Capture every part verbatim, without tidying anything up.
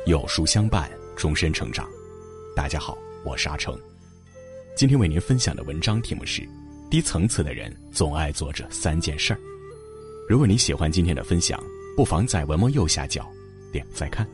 有书相伴，终身成长。大家好，我是阿成。今天为您分享的文章题目是：低层次的人总爱做这三件事儿。如果你喜欢今天的分享，不妨在文末右下角点再看。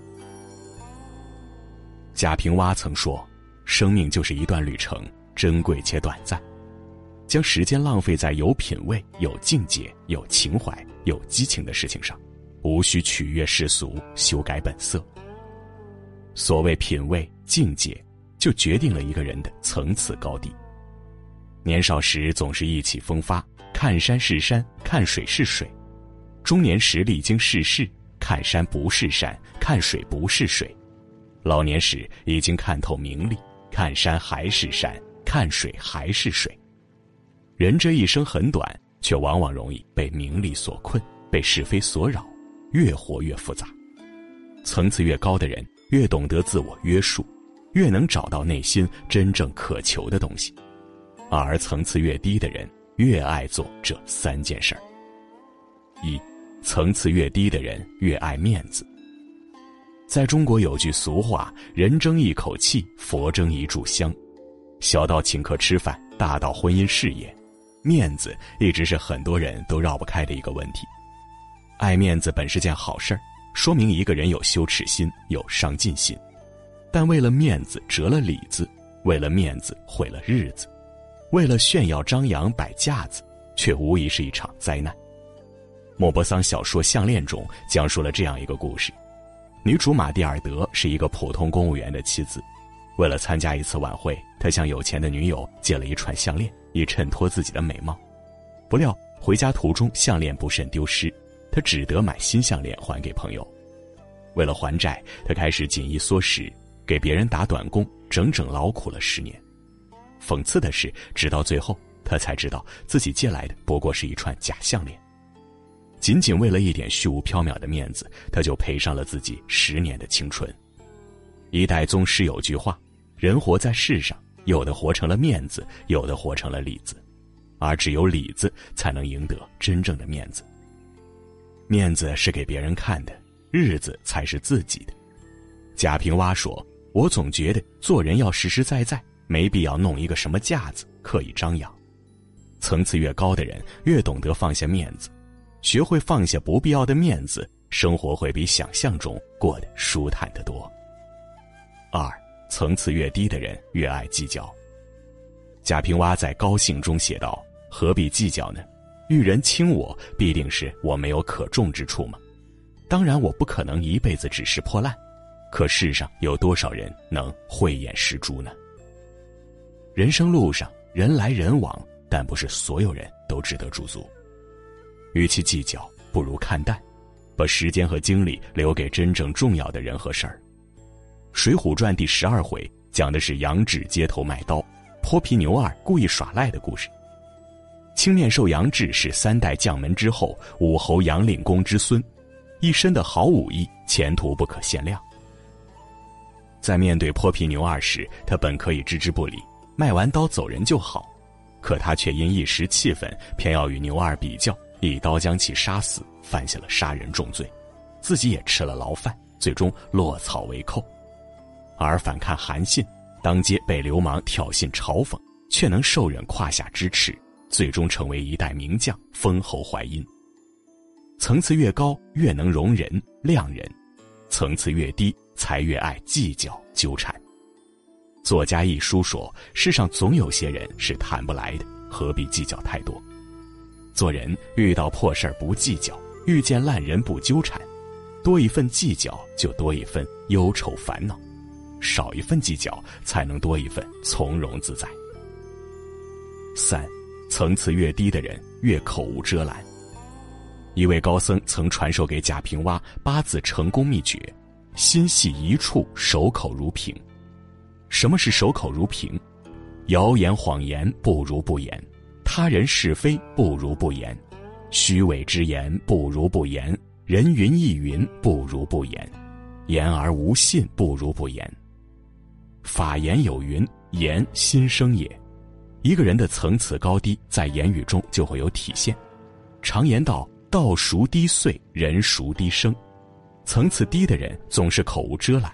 贾平凹曾说，生命就是一段旅程，珍贵且短暂。将时间浪费在有品味、有境界、有情怀、有激情的事情上，无需取悦世俗，修改本色。所谓品味、境界，就决定了一个人的层次高低。年少时总是意气风发，看山是山，看水是水；中年时历经世事，看山不是山，看水不是水；老年时已经看透名利，看山还是山，看水还是水。人这一生很短，却往往容易被名利所困，被是非所扰，越活越复杂。层次越高的人，越懂得自我约束，越能找到内心真正渴求的东西。而层次越低的人，越爱做这三件事儿。一，层次越低的人越爱面子。在中国有句俗话，人争一口气，佛争一炷香。小到请客吃饭，大到婚姻事业，面子一直是很多人都绕不开的一个问题。爱面子本是件好事儿，说明一个人有羞耻心，有上进心。但为了面子折了里子，为了面子毁了日子，为了炫耀张扬摆架子，却无疑是一场灾难。莫泊桑小说《项链》中讲述了这样一个故事。女主玛蒂尔德是一个普通公务员的妻子，为了参加一次晚会，他向有钱的女友借了一串项链，以衬托自己的美貌。不料回家途中项链不慎丢失，他只得买新项链还给朋友。为了还债，他开始紧衣缩食，给别人打短工，整整劳苦了十年。讽刺的是，直到最后他才知道自己借来的不过是一串假项链。仅仅为了一点虚无缥缈的面子，他就赔上了自己十年的青春。一代宗师有句话，人活在世上，有的活成了面子，有的活成了里子，而只有里子才能赢得真正的面子。面子是给别人看的，日子才是自己的。贾平凹说，我总觉得做人要实实在在，没必要弄一个什么架子刻意张扬。层次越高的人越懂得放下面子，学会放下不必要的面子，生活会比想象中过得舒坦得多。二，层次越低的人越爱计较。贾平凹在《高兴》中写道，何必计较呢？遇人轻我，必定是我没有可重之处吗？当然我不可能一辈子只是破烂，可世上有多少人能慧眼识珠呢？人生路上人来人往，但不是所有人都值得驻足。与其计较，不如看淡，把时间和精力留给真正重要的人和事儿。水浒传第十二回讲的是杨志街头卖刀，泼皮牛二故意耍赖的故事。青面兽杨志是三代将门之后，武侯杨令公之孙，一身的好武艺，前途不可限量。在面对泼皮牛二时，他本可以置之不理，卖完刀走人就好，可他却因一时气愤，偏要与牛二比较，一刀将其杀死，犯下了杀人重罪，自己也吃了牢饭，最终落草为寇。而反看韩信，当街被流氓挑衅嘲讽，却能受忍胯下之耻，最终成为一代名将，封侯淮阴。层次越高，越能容人谅人；层次越低，才越爱计较纠缠。作家一书说，世上总有些人是谈不来的，何必计较太多？做人遇到破事儿不计较，遇见烂人不纠缠。多一份计较，就多一份忧愁烦恼；少一份计较，才能多一份从容自在。三，层次越低的人越口无遮拦。一位高僧曾传授给贾平凹八字成功秘诀：心系一处，守口如瓶。什么是守口如瓶？谣言谎言不如不言，他人是非不如不言，虚伪之言不如不言，人云亦云不如不言，言而无信不如不言。法言有云，言心声也。一个人的层次高低，在言语中就会有体现。常言道，道熟低碎，人熟低声。层次低的人总是口无遮拦，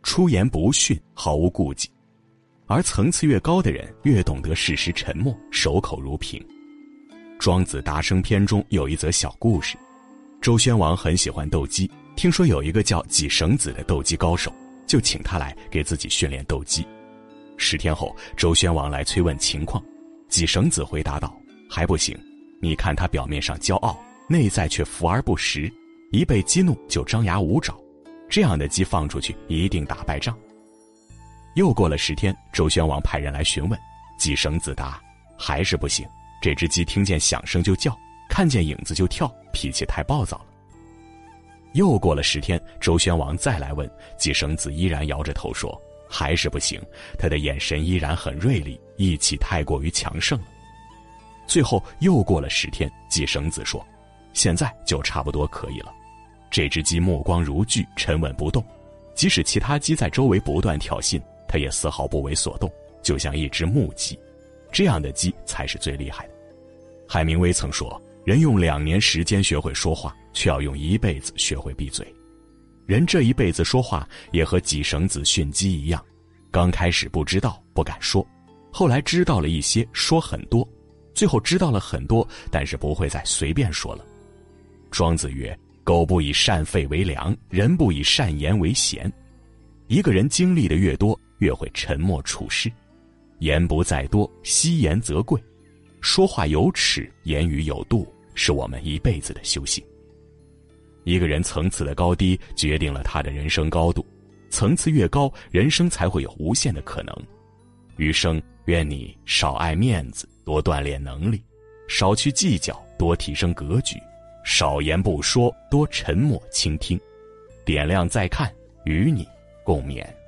出言不逊，毫无顾忌。而层次越高的人，越懂得适时沉默，守口如瓶。庄子达生篇中有一则小故事，周宣王很喜欢斗鸡，听说有一个叫季绳子的斗鸡高手，就请他来给自己训练斗鸡。十天后，周宣王来催问情况，季绳子回答道：还不行，你看他表面上骄傲，内在却浮而不实，一被激怒就张牙舞爪，这样的鸡放出去一定打败仗。又过了十天，周宣王派人来询问，季绳子答：还是不行，这只鸡听见响声就叫，看见影子就跳，脾气太暴躁了。又过了十天，周宣王再来问，季绳子依然摇着头说：还是不行，他的眼神依然很锐利，义气太过于强盛了。最后又过了十天，季绳子说：现在就差不多可以了。这只鸡目光如炬，沉稳不动，即使其他鸡在周围不断挑衅，它也丝毫不为所动，就像一只木鸡。这样的鸡才是最厉害的。海明威曾说，人用两年时间学会说话，却要用一辈子学会闭嘴。人这一辈子说话也和季绳子训鸡一样，刚开始不知道，不敢说，后来知道了一些，说很多，最后知道了很多，但是不会再随便说了。庄子曰：狗不以善吠为良，人不以善言为贤。一个人经历的越多，越会沉默处事。言不在多，惜言则贵。说话有尺，言语有度，是我们一辈子的修行。一个人层次的高低，决定了他的人生高度。层次越高，人生才会有无限的可能。余生，愿你少爱面子，多锻炼能力；少去计较，多提升格局；少言不说，多沉默倾听。点亮再看，与你共勉。